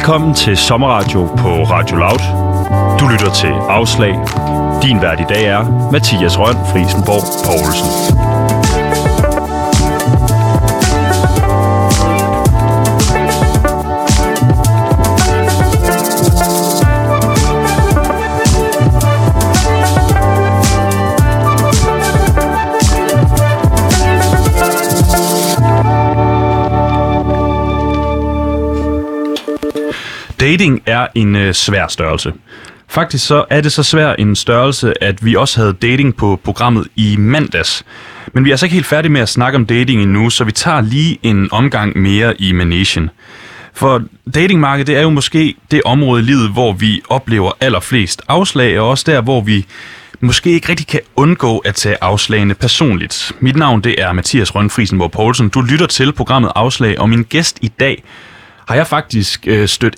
Velkommen til Sommerradio på Radio Loud. Du lytter til Afslag. Din vært i dag er Mathias Rønn Friesenborg Poulsen. Dating er en svær størrelse. Faktisk så er det så svær en størrelse, at vi også havde dating på programmet i mandags. Men vi er altså ikke helt færdige med at snakke om dating endnu, så vi tager lige en omgang mere i managen. For datingmarkedet, det er jo måske det område i livet, hvor vi oplever allerflest afslag, og også der, hvor vi måske ikke rigtig kan undgå at tage afslagene personligt. Mit navn, det er Mathias Rønn Friesenborg Poulsen. Du lytter til programmet Afslag, og min gæst i dag har jeg faktisk stødt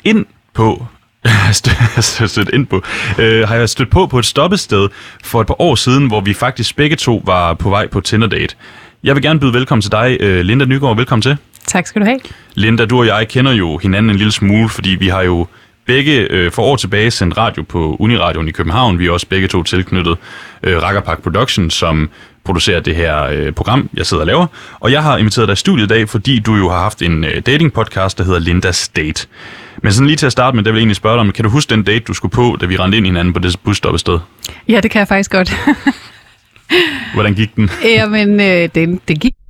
på et stoppested for et par år siden, hvor vi faktisk begge to var på vej på Tinder-date. Jeg vil gerne byde velkommen til dig, Linda Nygaard. Velkommen til. Tak skal du have. Linda, du og jeg kender jo hinanden en lille smule, fordi vi har jo begge for år tilbage sendt radio på Uniradioen i København. Vi er også begge to tilknyttet Rakkerpark Production, som producerer det her program, jeg sidder og laver. Og jeg har inviteret dig i studiet i dag, fordi du jo har haft en dating-podcast, der hedder Lindas Date. Men sådan lige til at starte med, der vil jeg egentlig spørge dig om, kan du huske den date, du skulle på, da vi rendte ind i hinanden på det busstoppested? Ja, det kan jeg faktisk godt. Hvordan gik den? Jamen, det gik.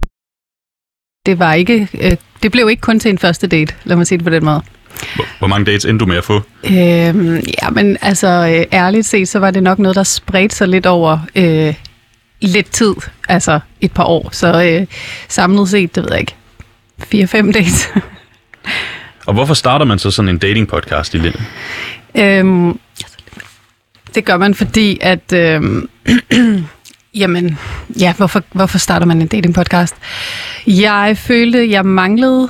Det blev ikke kun til en første date, lad mig sige det på den måde. Hvor mange dates endte du med at få? Men altså, ærligt set, så var det nok noget, der spredte sig lidt over lidt tid, altså et par år. Så samlet set, det ved jeg ikke, 4-5 dates. Og hvorfor starter man så sådan en dating-podcast i Linde? Det gør man, fordi at jamen, ja, hvorfor starter man en dating-podcast? Jeg følte, jeg manglede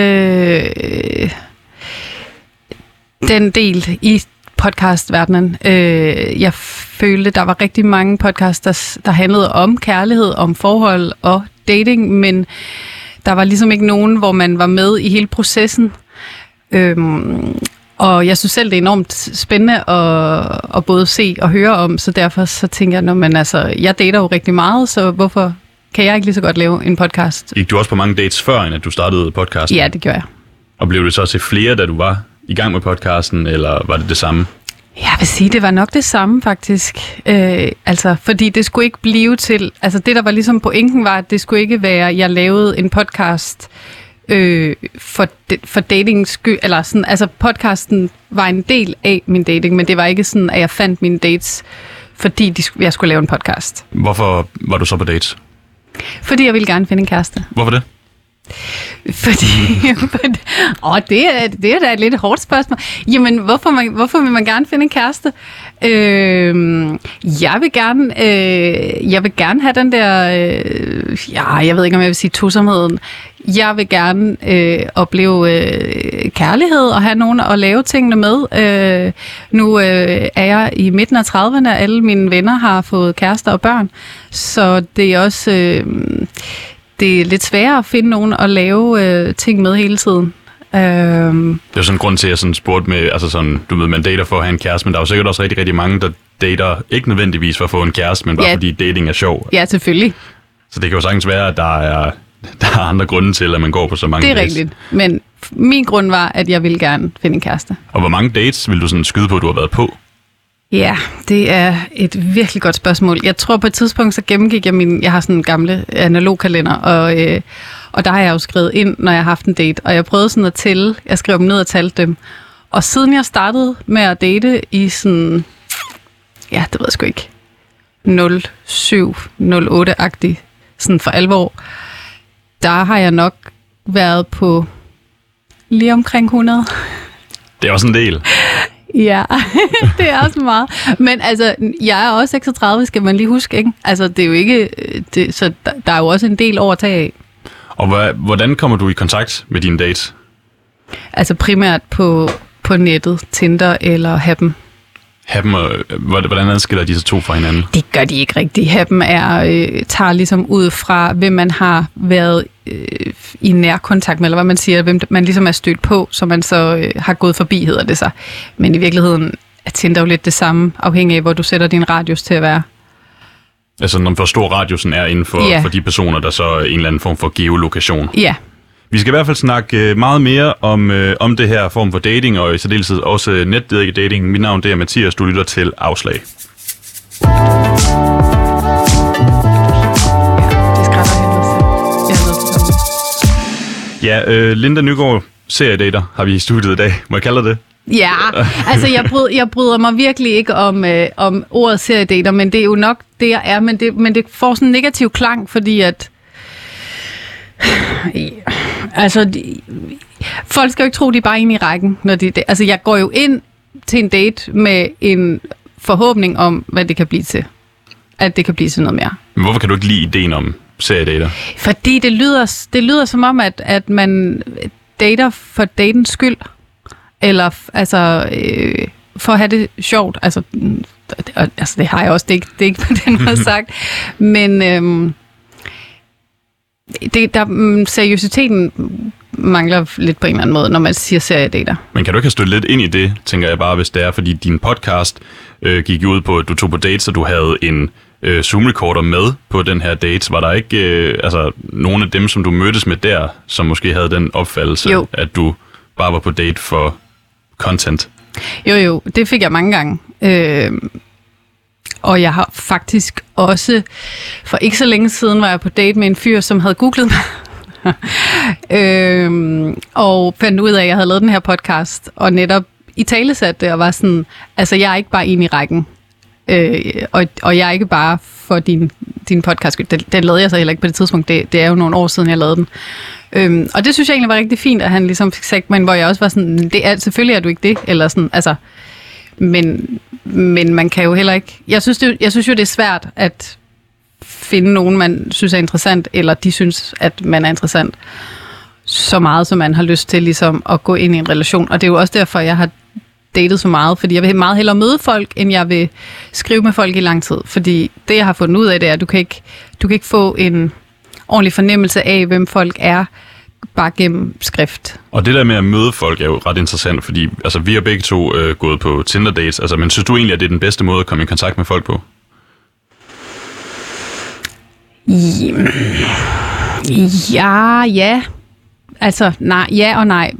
den del i podcastverdenen. Jeg følte, der var rigtig mange podcasts, der handlede om kærlighed, om forhold og dating, men der var ligesom ikke nogen, hvor man var med i hele processen. Og jeg synes selv, det er enormt spændende at både se og høre om, så derfor så tænker jeg, jeg dater jo rigtig meget, så hvorfor kan jeg ikke lige så godt lave en podcast? Gik du også på mange dates før, end at du startede podcasten? Ja, det gjorde jeg. Og blev det så til flere, da du var i gang med podcasten, eller var det samme? Jeg vil sige, det var nok det samme faktisk. Fordi det skulle ikke blive til... Altså det, der var ligesom pointen, var, at det skulle ikke være, at jeg lavede en podcast for datings skyld. Eller sådan, altså podcasten var en del af min dating, men det var ikke sådan, at jeg fandt mine dates, fordi jeg skulle lave en podcast. Hvorfor var du så på dates? Fordi jeg ville gerne finde en kæreste. Hvorfor det? Fordi det er da et lidt hårdt spørgsmål. Jamen, hvorfor vil man gerne finde en kæreste? Jeg vil gerne have den der, jeg ved ikke, om jeg vil sige tosomheden. Jeg vil gerne opleve kærlighed og have nogen at lave tingene med. Nu er jeg i midten af 30'erne, og alle mine venner har fået kærester og børn. Så det er også... det er lidt sværere at finde nogen at lave ting med hele tiden. Det er jo sådan en grund til, at jeg sådan spurgte med, altså sådan, du ved, man dater for at have en kæreste, men der er jo sikkert også rigtig, rigtig mange, der dater ikke nødvendigvis for at få en kæreste, men bare fordi dating er sjov. Ja, selvfølgelig. Så det kan jo sagtens være, at der er andre grunde til, at man går på så mange dates. Det er rigtigt, men min grund var, at jeg ville gerne finde en kæreste. Og hvor mange dates vil du sådan skyde på, at du har været på? Ja, det er et virkelig godt spørgsmål. Jeg tror på et tidspunkt, så gennemgik jeg har sådan en gamle analogkalender, og der har jeg jo skrevet ind, når jeg har haft en date, og jeg prøvede sådan at tælle, jeg skrev dem ned og talte dem. Og siden jeg startede med at date i sådan, ja, det ved jeg sgu ikke, 07-08-agtig, sådan for alvor, der har jeg nok været på lige omkring 100. Det er også en del. Ja, det er også meget. Men altså, jeg er også 36, skal man lige huske, ikke? Altså, det er jo ikke... så der er jo også en del over at tage af. Og hvordan kommer du i kontakt med dine dates? Altså primært på nettet, Tinder eller Happen. Happen, hvordan adskiller de så to fra hinanden? Det gør de ikke rigtigt. Happen tager ligesom ud fra, hvem man har været i nærkontakt med, eller hvad man siger, hvem man ligesom er stødt på, så man så har gået forbi, hedder det sig. Men i virkeligheden er Tinder jo lidt det samme, afhængig af, hvor du sætter din radius til at være. Altså, hvor stor radiusen er inden for de personer, der så er en eller anden form for geolokation. Ja. Vi skal i hvert fald snakke meget mere om det her form for dating, og i særdeleshed også netdating. Mit navn det er Mathias, du lytter til Afslag. Ja, Linda Nygaard, seriedater, har vi i studiet i dag. Må jeg kalde det? Ja, altså jeg bryder mig virkelig ikke om ordet seriedater, men det er jo nok det, jeg er. Men det får sådan en negativ klang, fordi at altså, folk skal jo ikke tro, de er bare inde i rækken. Altså, jeg går jo ind til en date med en forhåbning om, hvad det kan blive til. At det kan blive til noget mere. Men hvorfor kan du ikke lide ideen om seriedater? Fordi det lyder som om, at man dater for datens skyld. Eller altså, for at have det sjovt. Altså det har jeg også, det er ikke på den måde sagt. Men seriøsiteten mangler lidt på en eller anden måde, når man siger seriedater. Men kan du ikke have stødt lidt ind i det, tænker jeg bare, hvis det er, fordi din podcast gik ud på, at du tog på dates, og du havde en Zoom-recorder med på den her dates. Var der ikke nogen af dem, som du mødtes med der, som måske havde den opfattelse, at du bare var på date for content? Jo, det fik jeg mange gange. Og jeg har faktisk også, for ikke så længe siden, var jeg på date med en fyr, som havde googlet mig. Og fandt ud af, at jeg havde lavet den her podcast, og netop italesatte det, og var sådan, altså jeg er ikke bare en i rækken. Og jeg er ikke bare for din podcast. Den lavede jeg så heller ikke på det tidspunkt. Det er jo nogle år siden, jeg lavede den. Og det synes jeg egentlig var rigtig fint, at han ligesom fik sagt, men hvor jeg også var sådan, selvfølgelig er du ikke det, eller sådan, altså, men man kan jo heller ikke, jeg synes jo, det er svært at finde nogen, man synes er interessant, eller de synes, at man er interessant, så meget, som man har lyst til ligesom at gå ind i en relation. Og det er jo også derfor, jeg har datet så meget, fordi jeg vil meget hellere møde folk, end jeg vil skrive med folk i lang tid. Fordi det, jeg har fundet ud af, det er, at du kan ikke få en ordentlig fornemmelse af, hvem folk er, bare gennem skrift. Og det der med at møde folk er jo ret interessant, fordi altså, vi har begge to gået på Tinder dates. Altså, men synes du egentlig, at det er den bedste måde at komme i kontakt med folk på? Ja. Altså, nej, ja og nej.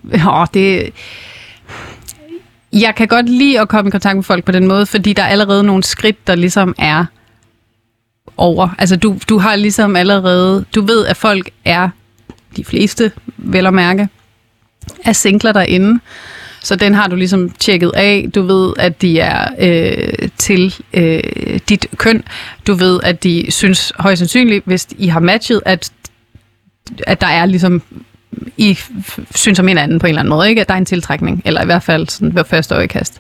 Jeg kan godt lide at komme i kontakt med folk på den måde, fordi der er allerede nogle skridt, der ligesom er over. Altså, du har ligesom allerede, du ved, at folk er, de fleste, vel at mærke, er singler derinde. Så den har du ligesom tjekket af. Du ved, at de er til dit køn. Du ved, at de synes højst sandsynligt, hvis I har matchet, at der er ligesom, I synes om hinanden på en eller anden måde, ikke? At der er en tiltrækning, eller i hvert fald sådan ved første øjekast.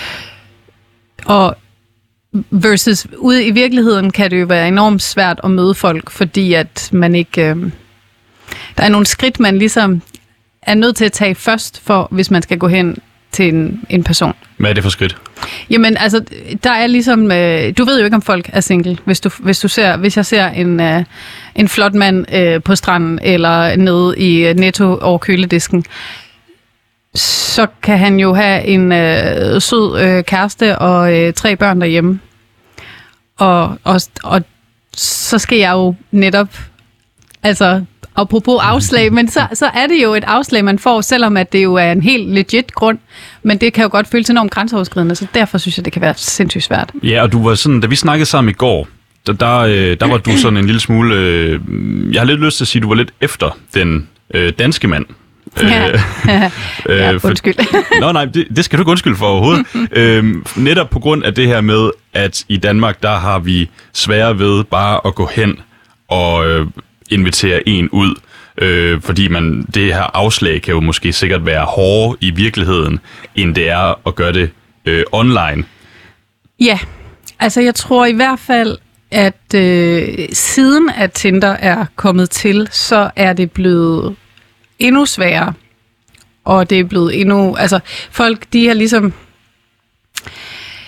Og versus ude i virkeligheden kan det jo være enormt svært at møde folk, fordi at man ikke, der er nogle skridt, man ligesom er nødt til at tage først, for hvis man skal gå hen til en person. Hvad er det for skridt? Jamen, altså, der er ligesom, du ved jo ikke, om folk er single. Hvis jeg ser en flot mand på stranden, eller nede i Netto over køledisken, så kan han jo have en sød kæreste og 3 børn derhjemme. Og så skal jeg jo netop, altså, apropos afslag, men så er det jo et afslag, man får, selvom at det jo er en helt legit grund, men det kan jo godt føles enormt grænseoverskridende, så derfor synes jeg, det kan være sindssygt svært. Ja, og du var sådan, da vi snakkede sammen i går, der var du sådan en lille smule, jeg har lidt lyst til at sige, at du var lidt efter den danske mand. Undskyld. Nej, det skal du ikke undskylde for overhovedet. Netop på grund af det her med, at i Danmark, der har vi svære ved bare at gå hen og invitere en ud, fordi det her afslag kan jo måske sikkert være hårdere i virkeligheden, end det er at gøre det online. Ja, altså jeg tror i hvert fald, at siden at Tinder er kommet til, så er det blevet endnu sværere, og det er blevet endnu, altså folk, de har ligesom,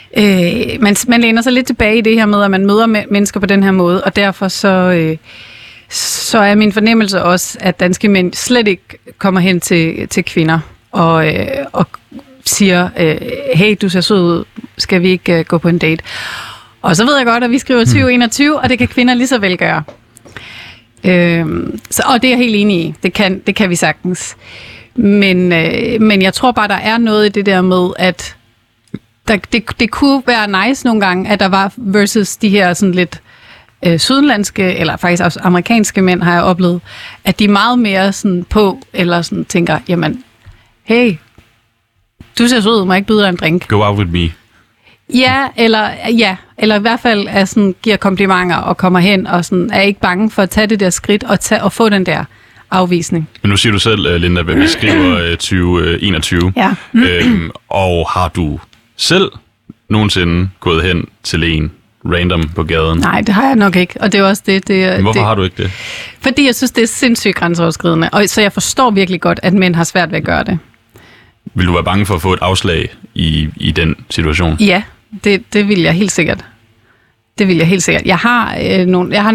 Man læner sig lidt tilbage i det her med, at man møder mennesker på den her måde, og derfor så er min fornemmelse også, at danske mænd slet ikke kommer hen til kvinder og siger, hey, du ser sød ud, skal vi ikke gå på en date? Og så ved jeg godt, at vi skriver 2021, og det kan kvinder lige så vel gøre. Og det er jeg helt enig i. Det kan vi sagtens. Men jeg tror bare, der er noget i det der med, at det kunne være nice nogle gange, at der var versus de her sådan lidt sydenlandske, eller faktisk også amerikanske mænd, har jeg oplevet, at de er meget mere sådan på, eller sådan tænker, jamen, hey, du ser så ud, må jeg ikke byde dig en drink? Go out with me. Ja, eller i hvert fald er sådan, giver komplimenter og kommer hen, og sådan, er ikke bange for at tage det der skridt og få den der afvisning. Men nu siger du selv, Linda, at vi skriver 2021. Ja. Og har du selv nogensinde gået hen til en random på gaden? Nej, det har jeg nok ikke, og det er også det. Men hvorfor har du ikke det? Fordi jeg synes, det er sindssygt grænseoverskridende, og så jeg forstår virkelig godt, at mænd har svært ved at gøre det. Vil du være bange for at få et afslag i den situation? Ja, det vil jeg helt sikkert. Det vil jeg helt sikkert. Jeg har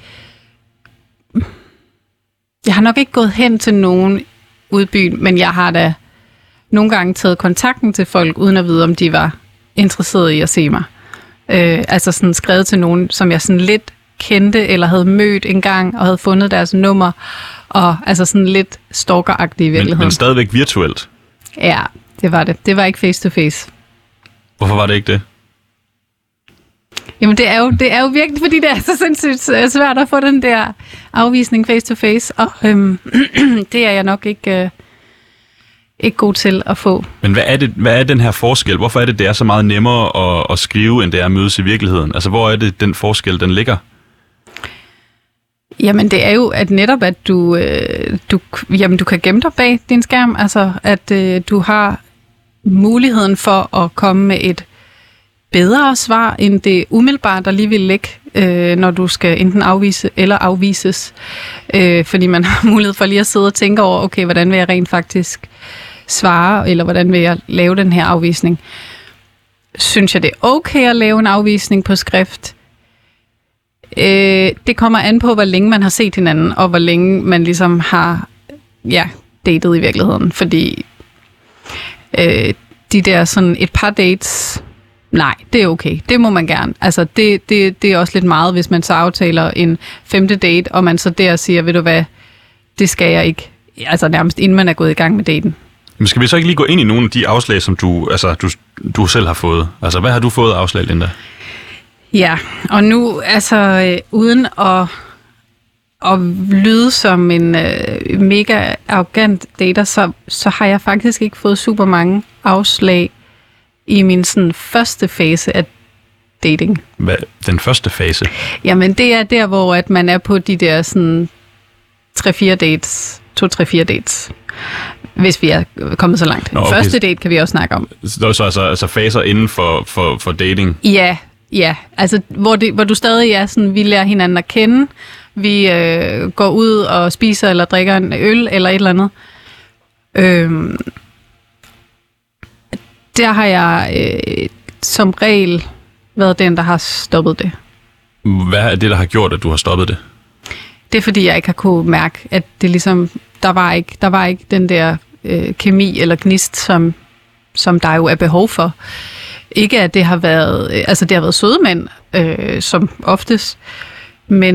nok ikke gået hen til nogen ude i byen, men jeg har da nogle gange taget kontakten til folk, uden at vide, om de var interesserede i at se mig. Altså sådan skrevet til nogen, som jeg sådan lidt kendte, eller havde mødt en gang, og havde fundet deres nummer, og altså sådan lidt stalkeragtig i virkeligheden. Men stadigvæk virtuelt? Ja, det var det. Det var ikke face to face. Hvorfor var det ikke det? Jamen det er jo virkelig, fordi det er så sindssygt svært at få den der afvisning face to face, og det er jeg nok ikke god til at få. Men hvad er den her forskel? Hvorfor er det er så meget nemmere at skrive, end det er at mødes i virkeligheden? Altså hvor er det den forskel, den ligger? Jamen det er jo at netop, at du kan gemme dig bag din skærm, altså at du har muligheden for at komme med et bedre svar, end det umiddelbart, der lige vil ligge, når du skal enten afvise eller afvises. Fordi man har mulighed for lige at sidde og tænke over, okay, hvordan vil jeg rent faktisk svare, eller hvordan vil jeg lave den her afvisning? Synes jeg, det er okay at lave en afvisning på skrift? Det kommer an på, hvor længe man har set hinanden, og hvor længe man ligesom har datet i virkeligheden. Fordi de der sådan et par dates, nej, det er okay. Det må man gerne. Altså, det er også lidt meget, hvis man så aftaler en 5. date, og man så der siger, ved du hvad, det skal jeg ikke. Altså nærmest inden man er gået i gang med daten. Men skal vi så ikke lige gå ind i nogle af de afslag, som du selv har fået? Altså, hvad har du fået afslag, Linda? Ja, og nu, altså, uden at lyde som en mega arrogant dater, så har jeg faktisk ikke fået super mange afslag i min sådan første fase af dating. Hvad? Den første fase? Jamen, det er der, hvor at man er på de der sådan 3-4 dates, 2-3-4 dates, hvis vi er kommet så langt. Okay. Første date kan vi også snakke om. Så altså faser inden for dating? Ja. Altså, hvor du stadig er sådan, vi lærer hinanden at kende, vi går ud og spiser eller drikker en øl eller et eller andet. Der har jeg som regel været den, der har stoppet det. Hvad er det, der har gjort, at du har stoppet det? Det er, fordi jeg ikke har kunne mærke, at det ligesom, der var ikke den der kemi eller gnist, som der jo er behov for. Ikke at det har været, altså det har været søde mænd, som oftest, men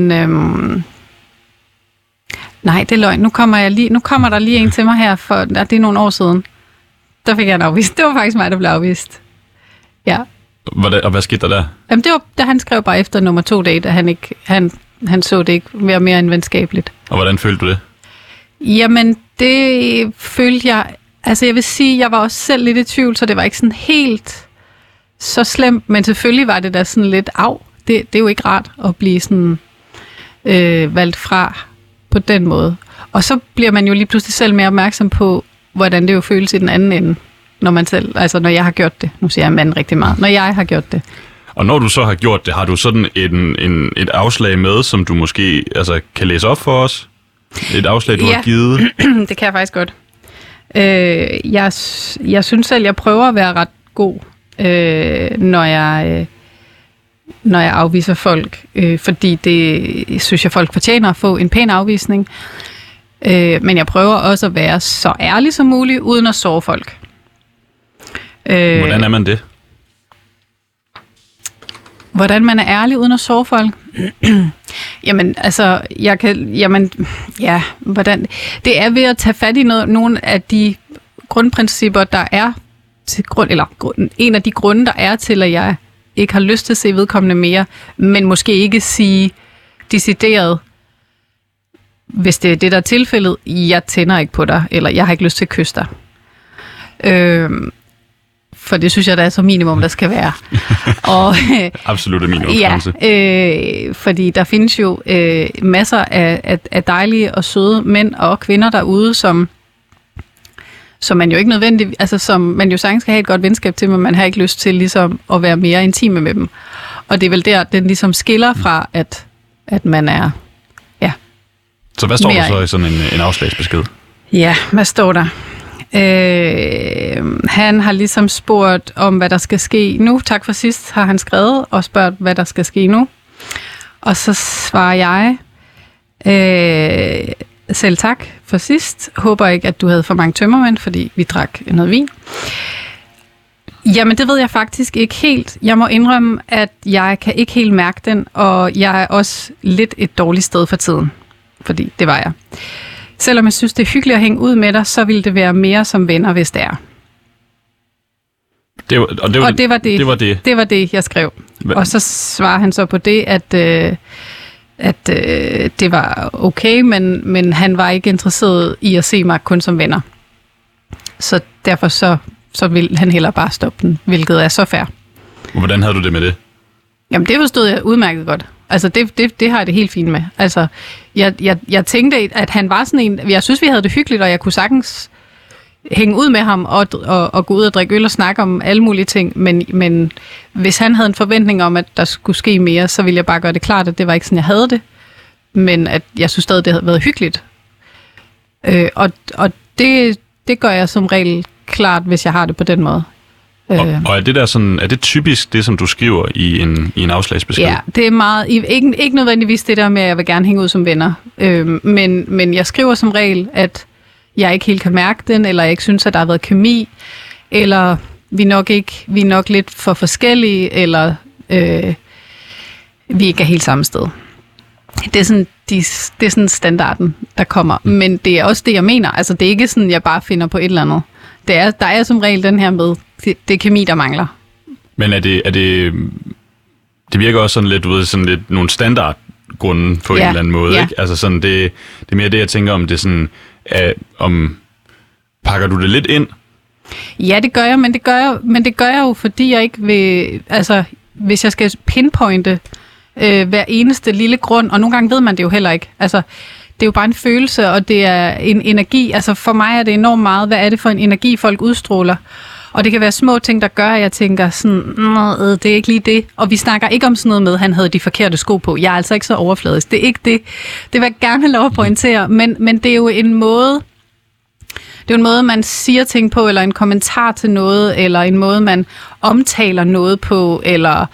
nej, det er løgn. Nu kommer der lige en til mig her, for det er nogle år siden. Der fik jeg en afvist. Det var faktisk mig, der blev afvist. Ja. Og hvad skete der? Jamen, det var, da han skrev bare efter nummer 2 date, at han så det ikke mere end venskabeligt. Og hvordan følte du det? Jamen, det følte jeg... Altså, jeg vil sige, jeg var også selv lidt i tvivl, så det var ikke sådan helt så slemt, men selvfølgelig var det da sådan lidt det er jo ikke rart at blive sådan valgt fra på den måde. Og så bliver man jo lige pludselig selv mere opmærksom på, hvordan det jo føles i den anden ende, når jeg har gjort det. Nu siger jeg mand rigtig meget. Når jeg har gjort det. Og når du så har gjort det, har du sådan et afslag med, som du måske kan læse op for os? Et afslag, du har givet? Det kan jeg faktisk godt. Jeg synes selv, jeg prøver at være ret god når jeg afviser folk, fordi det synes jeg, folk fortjener at få en pæn afvisning. Men jeg prøver også at være så ærlig som muligt, uden at såre folk. Hvordan er man det? Hvordan man er ærlig uden at såre folk? Jamen, altså, hvordan? Det er ved at tage fat i nogle af de grundprincipper, der er til grund, eller en af de grunde, der er til, at jeg ikke har lyst til at se vedkommende mere, men måske ikke sige decideret, hvis det er det, der er tilfældet, jeg tænder ikke på dig, eller jeg har ikke lyst til at kysse dig. For det synes jeg, der er så minimum, der skal være. Og, absolut er minimumsgrænse. Ja, fordi der findes jo masser af dejlige og søde mænd og kvinder derude, som man jo ikke nødvendigt, altså som man jo sagtens skal have et godt venskab til, men man har ikke lyst til ligesom at være mere intime med dem. Og det er vel der, den ligesom skiller fra, at man er, ja. Så hvad står der så i sådan en afslagsbesked? Ja, hvad står der? Han har ligesom spurgt om, hvad der skal ske nu. Tak for sidst har han skrevet og spurgt, hvad der skal ske nu. Og så svarer jeg, selv tak for sidst. Håber ikke, at du havde for mange tømmermænd, fordi vi drak noget vin. Jamen, det ved jeg faktisk ikke helt. Jeg må indrømme, at jeg kan ikke helt mærke den, og jeg er også lidt et dårligt sted for tiden. Fordi det var jeg. Selvom jeg synes, det er hyggeligt at hænge ud med dig, så ville det være mere som venner, hvis det er. Det var det, jeg skrev. Og så svarer han så på det, at det var okay, men han var ikke interesseret i at se mig kun som venner. Så derfor så ville han hellere bare stoppe den, hvilket er så fair. Hvordan havde du det med det? Jamen, det forstod jeg udmærket godt. Altså, det har jeg det helt fint med. Altså, jeg tænkte, at han var sådan en. Jeg synes, vi havde det hyggeligt, og jeg kunne sagtens hænge ud med ham og gå ud og drikke øl og snakke om alle mulige ting. Men hvis han havde en forventning om, at der skulle ske mere, så ville jeg bare gøre det klart, at det var ikke sådan, jeg havde det. Men at jeg synes stadig, det havde været hyggeligt. Og det gør jeg som regel klart, hvis jeg har det på den måde. Og er det der sådan, er det typisk det, som du skriver i en afslagsbesked? Ja, det er meget, ikke nødvendigvis det der med, at jeg vil gerne hænge ud som venner. Men jeg skriver som regel, at jeg ikke helt kan mærke den, eller jeg ikke synes, at der har været kemi, eller vi er nok lidt for forskellige, eller vi ikke er helt samme sted. Det er sådan standarden, der kommer. Men det er også det, jeg mener. Altså, det er ikke sådan, jeg bare finder på et eller andet. Der er som regel den her med, det er kemi, der mangler. Men er det virker også sådan lidt, du ved, sådan lidt nogle standardgrunde på en eller anden måde, ikke? Altså sådan, det er mere det, jeg tænker om, det sådan, om pakker du det lidt ind? Ja, det gør jeg, men det gør jeg jo, fordi jeg ikke vil, altså, hvis jeg skal pinpointe hver eneste lille grund, og nogle gange ved man det jo heller ikke, altså, det er jo bare en følelse, og det er en energi. Altså for mig er det enormt meget, hvad er det for en energi, folk udstråler. Og det kan være små ting, der gør, at jeg tænker sådan, det er ikke lige det. Og vi snakker ikke om sådan noget med, at han havde de forkerte sko på. Jeg er altså ikke så overfladisk. Det er ikke det. Det vil jeg gerne have lov at pointere. Men det er jo en måde, man siger ting på, eller en kommentar til noget, eller en måde, man omtaler noget på, eller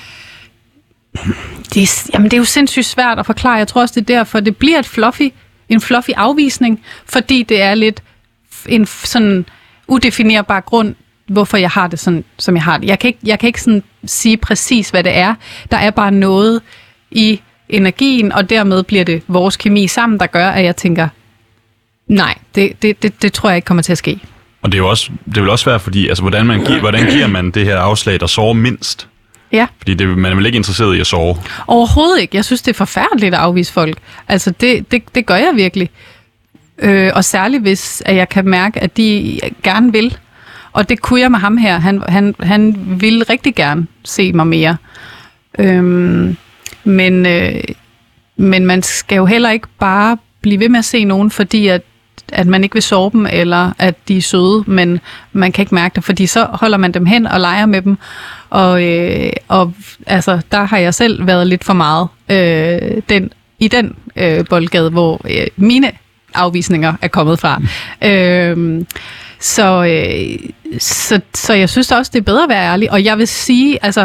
det er jo sindssygt svært at forklare. Jeg tror også, det er derfor, det bliver en fluffy afvisning, fordi det er lidt en sådan udefinerbar grund, hvorfor jeg har det sådan, som jeg har det. Jeg kan ikke sådan sige præcis, hvad det er. Der er bare noget i energien, og dermed bliver det vores kemi sammen, der gør, at jeg tænker, nej, det tror jeg ikke kommer til at ske. Og det vil også være, fordi, altså, hvordan giver man det her afslag, der sårer mindst? Ja. Fordi man er vel ikke interesseret i at sove? Overhovedet ikke. Jeg synes, det er forfærdeligt at afvise folk. Altså, det gør jeg virkelig. Og særligt hvis at jeg kan mærke, at de gerne vil. Og det kunne jeg med ham her. Han ville rigtig gerne se mig mere. Men man skal jo heller ikke bare blive ved med at se nogen, fordi at man ikke vil sove dem, eller at de er søde, men man kan ikke mærke det, fordi så holder man dem hen og leger med dem. Og altså, der har jeg selv været lidt for meget i den boldgade, hvor mine afvisninger er kommet fra. Så jeg synes også, det er bedre at være ærlig. Og jeg vil sige, altså...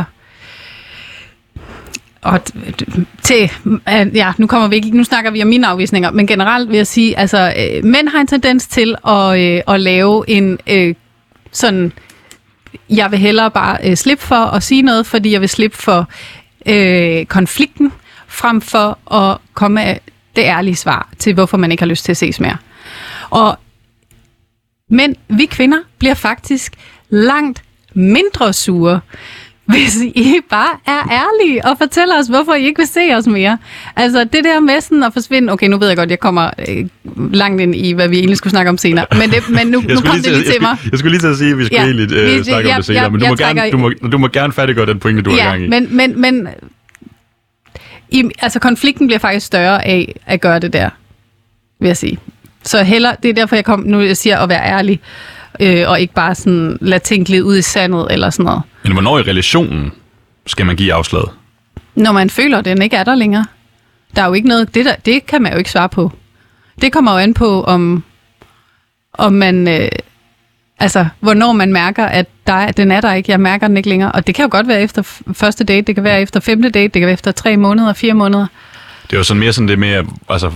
nu kommer vi ikke, nu snakker vi om mine afvisninger, men generelt vil jeg sige, altså mænd har en tendens til at lave en sådan, jeg vil hellere bare slippe for at sige noget, fordi jeg vil slippe for konflikten, frem for at komme med det ærlige svar til, hvorfor man ikke har lyst til at ses mere. Men vi kvinder bliver faktisk langt mindre sure, hvis I bare er ærlige og fortæller os, hvorfor I ikke vil se os mere. Altså det der med sådan at forsvinde... Okay, nu ved jeg godt, jeg kommer langt ind i, hvad vi egentlig skulle snakke om senere. Men nu kom det lige til mig. Jeg skulle lige til at sige, at vi skulle egentlig snakke om det senere, men du må gerne færdiggøre den pointe, du er i gang i. Men altså konflikten bliver faktisk større af at gøre det der, vil jeg sige. Så hellere, det er derfor, jeg siger at være ærlig, og ikke bare sådan lade ting glide ud i sandet eller sådan noget. Men hvornår i relationen skal man give afslaget? Når man føler, at den ikke er der længere. Der er jo ikke noget... Det kan man jo ikke svare på. Det kommer jo an på, om man... altså, hvornår man mærker, at den er der ikke. Jeg mærker den ikke længere. Og det kan jo godt være efter første date, det kan være efter 5. date, det kan være efter 3 måneder, 4 måneder. Det er jo sådan mere sådan det med, altså...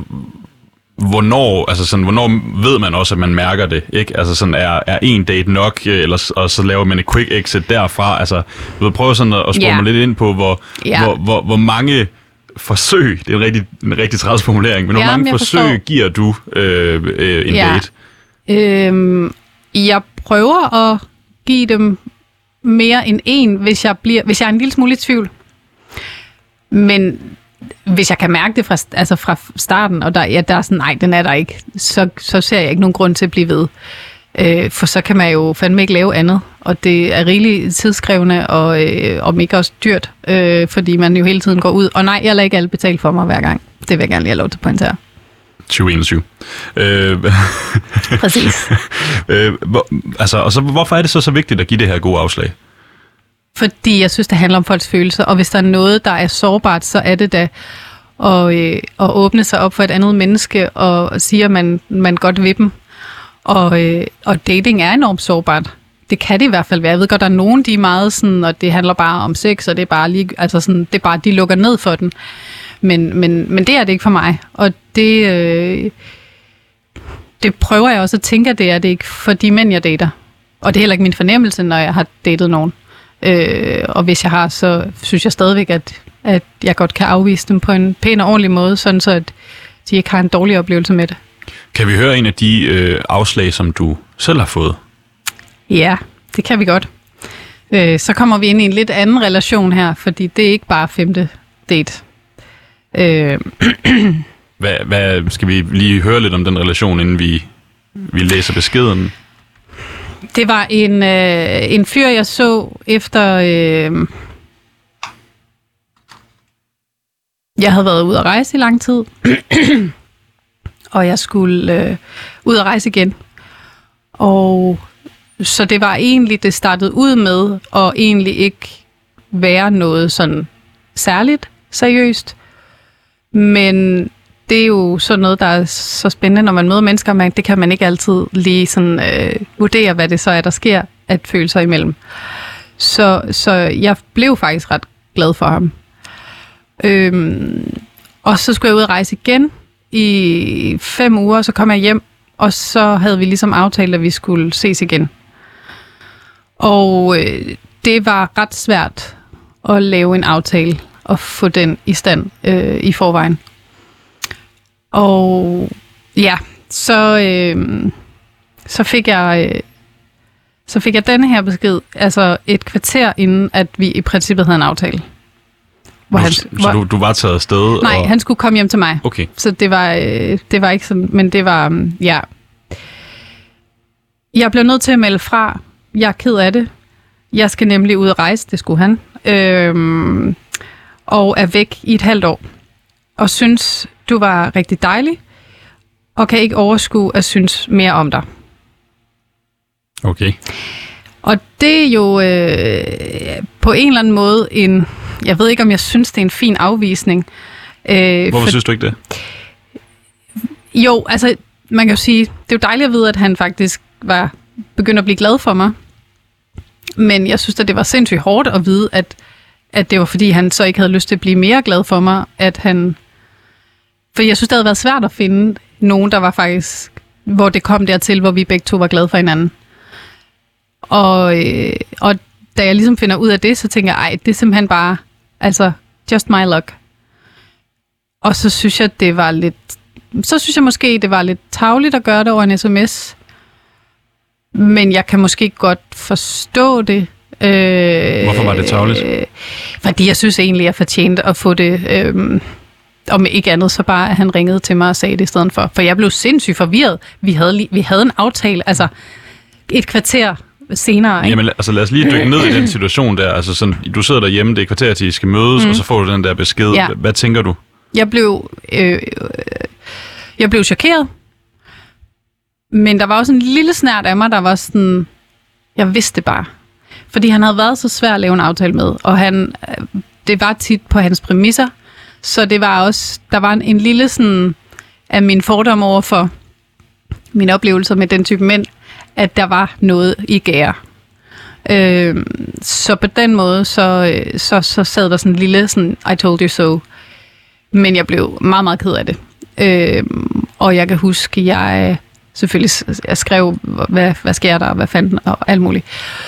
Hvornår ved man også, at man mærker det, ikke? Altså sådan, er en date nok, og så laver man et quick exit derfra? Altså, jeg vil prøve sådan at spørge mig lidt ind på, hvor mange forsøg, det er en rigtig træls formulering, men hvor mange forsøg giver du en date? Jeg prøver at give dem mere end en, hvis jeg er en lille smule i tvivl. Men hvis jeg kan mærke det fra starten, og der er sådan, nej, den er der ikke, så ser jeg ikke nogen grund til at blive ved. For så kan man jo fandme ikke lave andet. Og det er rigeligt tidskrævende, og om ikke også dyrt, fordi man jo hele tiden går ud. Og nej, jeg lader ikke alle betale for mig hver gang. Det vil jeg gerne lige have lov til at pointere. 2021. Præcis. Og så hvorfor er det så vigtigt at give det her gode afslag? Fordi jeg synes, det handler om folks følelser, og hvis der er noget, der er sårbart, så er det da at åbne sig op for et andet menneske og sige, at man godt vil dem. Og dating er enormt sårbart. Det kan det i hvert fald være. Jeg ved godt, der er nogen, de er meget sådan, og det handler bare om sex, og det er bare lige, altså sådan, det er bare, de lukker ned for den. Men det er det ikke for mig. Og det prøver jeg også at tænke, at det er det ikke for de mænd, jeg dater. Og det er heller ikke min fornemmelse, når jeg har datet nogen. Og hvis jeg har, så synes jeg stadigvæk, at jeg godt kan afvise dem på en pæn og ordentlig måde, sådan så at de ikke har en dårlig oplevelse med det. Kan vi høre en af de afslag, som du selv har fået? Ja, det kan vi godt. Så kommer vi ind i en lidt anden relation her, fordi det er ikke bare 5. date. Hvad skal vi lige høre lidt om den relation, inden vi læser beskeden? Det var en fyr, jeg så efter... jeg havde været ude at rejse i lang tid, og jeg skulle ud at rejse igen. Og så det var egentlig, det startede ud med at egentlig ikke være noget sådan særligt seriøst. Men det er jo sådan noget, der er så spændende, når man møder mennesker, men det kan man ikke altid lige sådan vurdere, hvad det så er, der sker, at følelser imellem. Så jeg blev faktisk ret glad for ham. Og så skulle jeg ud og rejse igen i 5 uger, så kom jeg hjem, og så havde vi ligesom aftalt, at vi skulle ses igen. Og det var ret svært at lave en aftale og få den i stand i forvejen. Og ja, så fik jeg denne her besked, altså et kvarter inden, at vi i princippet havde en aftale. Så du var taget afsted? Nej, han skulle komme hjem til mig. Okay. Så det var ikke sådan, men det var, ja. Jeg blev nødt til at melde fra. Jeg er ked af det. Jeg skal nemlig ud og rejse, det skulle han. Og er væk i et halvt år. Og synes, du var rigtig dejlig, og kan ikke overskue at synes mere om dig. Okay. Og det er jo på en eller anden måde jeg ved ikke, om jeg synes, det er en fin afvisning. Hvorfor synes du ikke det? Jo, altså, man kan jo sige, det er jo dejligt at vide, at han faktisk var begynde at blive glad for mig. Men jeg synes, at det var sindssygt hårdt at vide, at det var fordi, han så ikke havde lyst til at blive mere glad for mig. For jeg synes, det havde været svært at finde nogen, der var faktisk, hvor det kom dertil, hvor vi begge to var glade for hinanden. Og da jeg ligesom finder ud af det, så tænker jeg, det er simpelthen bare, altså, just my luck. Og så synes jeg, det var lidt tarveligt at gøre det over en sms. Men jeg kan måske godt forstå det. Hvorfor var det tarveligt? Fordi jeg synes egentlig, jeg fortjente at få det, om ikke andet, så bare, at han ringede til mig og sagde det i stedet for. For jeg blev sindssygt forvirret. Vi havde en aftale, altså et kvarter senere. Ikke? Jamen, altså lad os lige dykke ned i den situation der. Altså sådan, du sidder derhjemme, det er kvarter til, I skal mødes, og så får du den der besked. Ja. Hvad tænker du? Jeg blev chokeret. Men der var også en lille snert af mig, der var sådan, jeg vidste det bare. Fordi han havde været så svær at lave en aftale med, og det var tit på hans præmisser, så det var også, der var en lille sådan, af min fordom over for mine oplevelser med den type mænd, at der var noget i gære. Så på den måde, så sad der sådan en lille, sådan, I told you so. Men jeg blev meget, meget ked af det. Og jeg kan huske, jeg skrev, hvad sker der, hvad fanden, og alt muligt.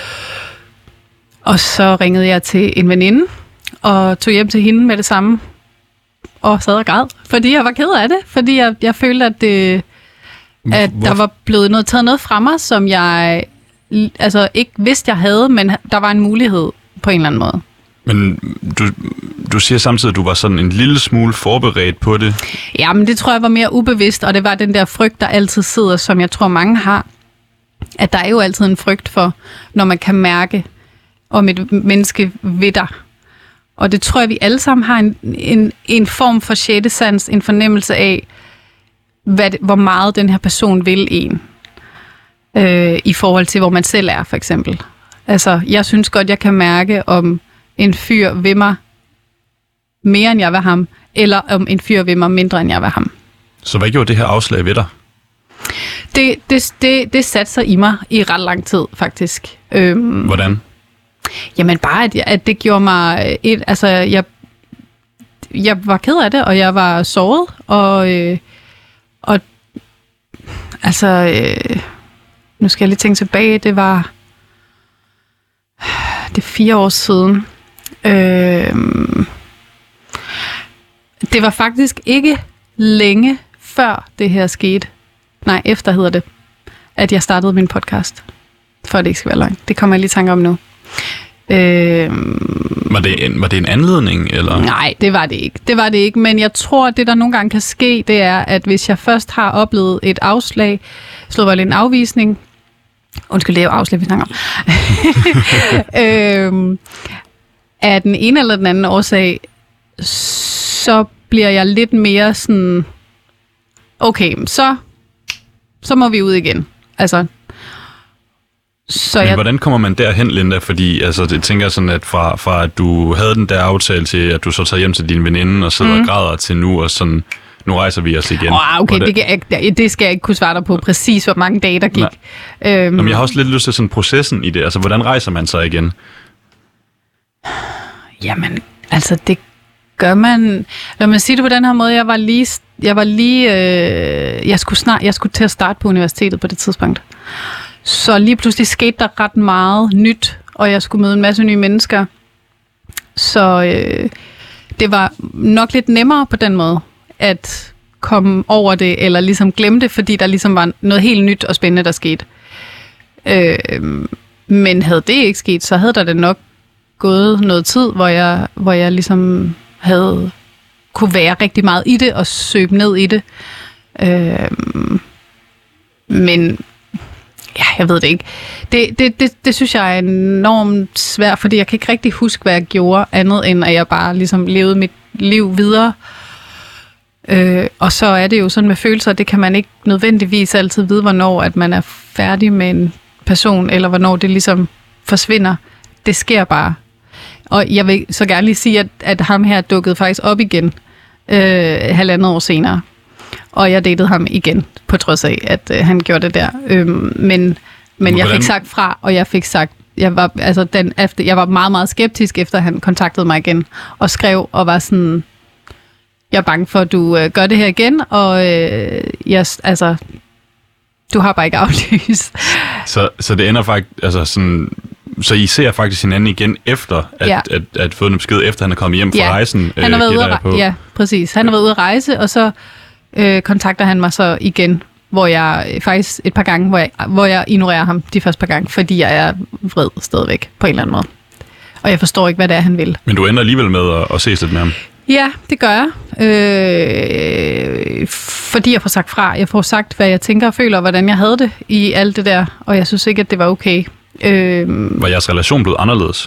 Og så ringede jeg til en veninde, og tog hjem til hende med det samme, og sad og græd, fordi jeg var ked af det, fordi jeg følte, at der var blevet taget noget fra mig, som jeg altså ikke vidste, jeg havde, men der var en mulighed på en eller anden måde. Men du siger samtidig, at du var sådan en lille smule forberedt på det. Ja, men det tror jeg var mere ubevidst, og det var den der frygt, der altid sidder, som jeg tror mange har. At der er jo altid en frygt for, når man kan mærke, om et menneske ved dig. Og det tror jeg, vi alle sammen har en form for sjette sans, en fornemmelse af, hvor meget den her person vil en. I forhold til, hvor man selv er, for eksempel. Altså, jeg synes godt, jeg kan mærke, om en fyr vil mig mere, end jeg vil ham, eller om en fyr vil mig mindre, end jeg vil ham. Så hvad gjorde det her afslag ved dig? Det satte sig i mig i ret lang tid, faktisk. Hvordan? Jamen bare, at det gjorde mig... Jeg var ked af det, og jeg var såret, og nu skal jeg lige tænke tilbage, det er 4 år siden. Det var faktisk ikke længe før det her skete. Nej, efter hedder det, at jeg startede min podcast. For at det ikke skal være løgn. Det kommer jeg lige i tanke om nu. Var det en anledning? Eller? Nej, det var det ikke. Men jeg tror, at det, der nogle gange kan ske, det er, at hvis jeg først har oplevet et afslag, slået var det en afvisning. Undskyld, det er jo afslag, vi snakker om. Af den ene eller den anden årsag, så bliver jeg lidt mere sådan, okay, så må vi ud igen. Altså, men hvordan kommer man derhen, Linda? Fordi altså, det tænker jeg sådan, at fra at du havde den der aftale til, at du så tager hjem til din veninde og sidder og græder til nu, og sådan, nu rejser vi os igen. Okay, det skal jeg ikke kunne svare dig på præcis, hvor mange dage der gik. Men jeg har også lidt lyst til sådan processen i det. Altså, hvordan rejser man sig igen? Jamen, altså, det gør man... Lad mig sige det på den her måde. Jeg skulle til at starte på universitetet på det tidspunkt. Så lige pludselig skete der ret meget nyt, og jeg skulle møde en masse nye mennesker. Så det var nok lidt nemmere på den måde, at komme over det, eller ligesom glemme det, fordi der ligesom var noget helt nyt og spændende, der skete. Men havde det ikke sket, så havde der nok gået noget tid, hvor jeg ligesom kunne være rigtig meget i det, og søge ned i det. Men ja, jeg ved det ikke. Det synes jeg er enormt svært, fordi jeg kan ikke rigtig huske, hvad jeg gjorde, andet end at jeg bare ligesom levede mit liv videre. Og så er det jo sådan med følelser, det kan man ikke nødvendigvis altid vide, hvornår at man er færdig med en person, eller hvornår det ligesom forsvinder. Det sker bare. Og jeg vil så gerne lige sige, at ham her dukkede faktisk op igen 1,5 år senere. Og jeg datede ham igen, på trods af, at han gjorde det der. Men jeg fik sagt fra, og jeg fik sagt, jeg var meget, meget skeptisk, efter han kontaktede mig igen, og skrev, og var sådan, jeg er bange for, at du gør det her igen, og du har bare ikke aflyst. Så det ender faktisk, altså sådan, så I ser faktisk hinanden igen efter, at fået en besked, efter han er kommet hjem fra rejsen? Han har været ude ja, præcis. Han har været ude at rejse, og så kontakter han mig så igen, hvor jeg faktisk et par gange, hvor jeg ignorerer ham de første par gange, fordi jeg er vred stadigvæk på en eller anden måde. Og jeg forstår ikke, hvad det er, han vil. Men du ender alligevel med at ses lidt med ham? Ja, det gør jeg. Fordi jeg får sagt fra. Jeg får sagt, hvad jeg tænker og føler, og hvordan jeg havde det i alt det der. Og jeg synes ikke, at det var okay. Var jeres relation blevet anderledes?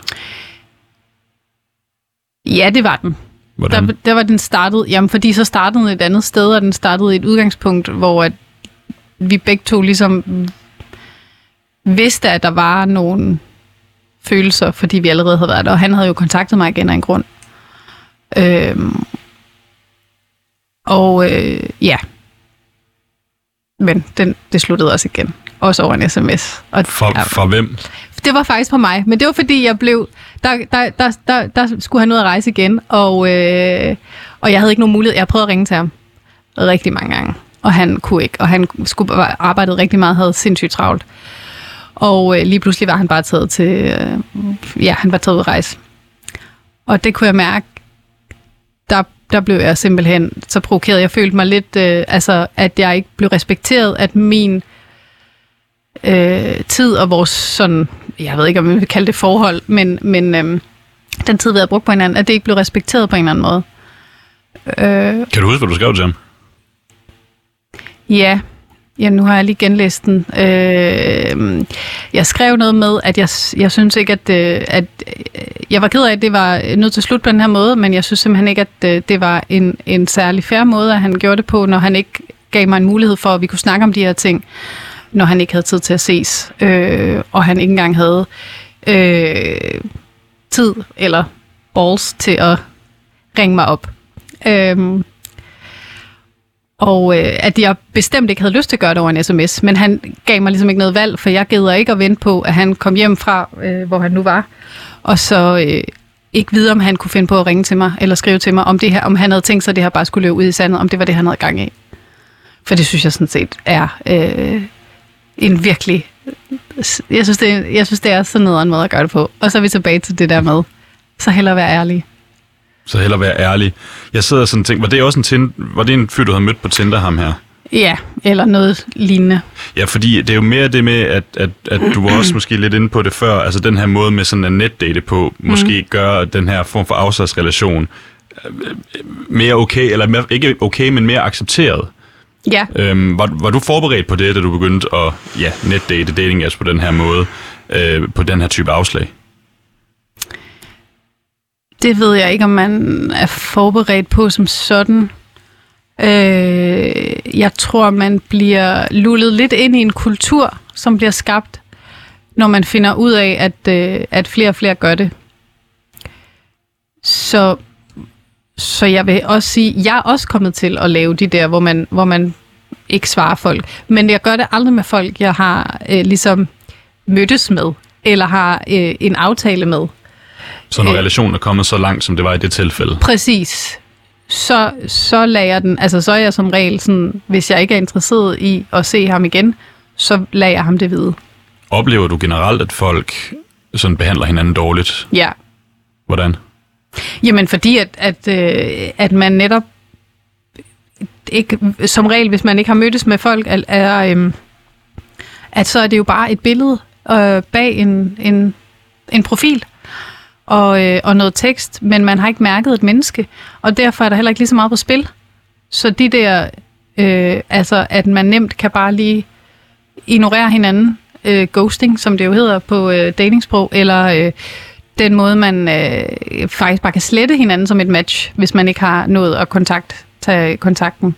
Ja, det var den. Hvordan? Der var den startet. Jamen, fordi så startede den et andet sted, og den startede i et udgangspunkt, hvor at vi begge to ligesom vidste, at der var nogle følelser, fordi vi allerede havde været der. Og han havde jo kontaktet mig igen af en grund. Ja. Men det sluttede også igen. Også over en sms. Og, for hvem? Det var faktisk på mig. Men det var fordi, jeg blev... Der skulle han ud at rejse igen. Og jeg havde ikke nogen mulighed. Jeg prøvede at ringe til ham rigtig mange gange. Og han kunne ikke. Og han skulle arbejdet rigtig meget, havde sindssygt travlt. Og lige pludselig var han bare taget til... han var taget ud at rejse. Og det kunne jeg mærke. Der blev jeg simpelthen så provokeret. Jeg følte mig lidt, at jeg ikke blev respekteret, at min tid og vores sådan, jeg ved ikke, om vi vil kalde det forhold, men den tid, vi havde brugt på hinanden, at det ikke blev respekteret på en eller anden måde. Kan du huske, hvad du skrev til ham? Ja, nu har jeg lige genlæst den. Jeg skrev noget med, at jeg synes ikke, at jeg var ked af, at det var nødt til at slutte på den her måde, men jeg synes simpelthen ikke, at det var en særlig fair måde, at han gjorde det på, når han ikke gav mig en mulighed for, at vi kunne snakke om de her ting, når han ikke havde tid til at ses, og han ikke engang havde tid eller balls til at ringe mig op. Og at jeg bestemt ikke havde lyst til at gøre det over en sms, men han gav mig ligesom ikke noget valg, for jeg gider ikke at vente på, at han kom hjem fra, hvor han nu var, og så ikke vide, om han kunne finde på at ringe til mig, eller skrive til mig, om han havde tænkt sig, at det her bare skulle løbe ud i sandet, om det var det, han havde gang i. For det synes jeg sådan set er en virkelig... Jeg synes, det er sådan noget en måde at gøre det på. Og så er vi tilbage til det der med, så hellere være ærlig. Så hellere være ærlig. Jeg sidder sådan og tænker, var det en fyr, du havde mødt på Tinder, ham her? Ja, eller noget lignende. Ja, fordi det er jo mere det med, at du var også måske lidt inde på det før, altså den her måde med sådan at netdate på, måske gør den her form for afsatsrelation mere okay, eller ikke okay, men mere accepteret. Ja. Var du forberedt på det, da du begyndte at netdate, dating apps på den her måde, på den her type afslag? Det ved jeg ikke, om man er forberedt på som sådan. Jeg tror, man bliver lullet lidt ind i en kultur, som bliver skabt, når man finder ud af, at flere og flere gør det. Så jeg vil også sige, jeg er også kommet til at lave de der, hvor man ikke svarer folk. Men jeg gør det aldrig med folk, jeg har ligesom mødtes med, eller har en aftale med. Så når relationen er kommet så langt, som det var i det tilfælde? Præcis. Så lader jeg den, altså så er jeg som regel sådan, hvis jeg ikke er interesseret i at se ham igen, så lader jeg ham det vide. Oplever du generelt, at folk sådan behandler hinanden dårligt? Ja. Hvordan? Jamen fordi, at man netop ikke, som regel, hvis man ikke har mødtes med folk, at så er det jo bare et billede bag en profil. Og noget tekst, men man har ikke mærket et menneske, og derfor er der heller ikke lige så meget på spil. Så de der, at man nemt kan bare lige ignorere hinanden, ghosting, som det jo hedder på datingsprog, eller den måde, man faktisk bare kan slette hinanden som et match, hvis man ikke har nået at tage kontakten,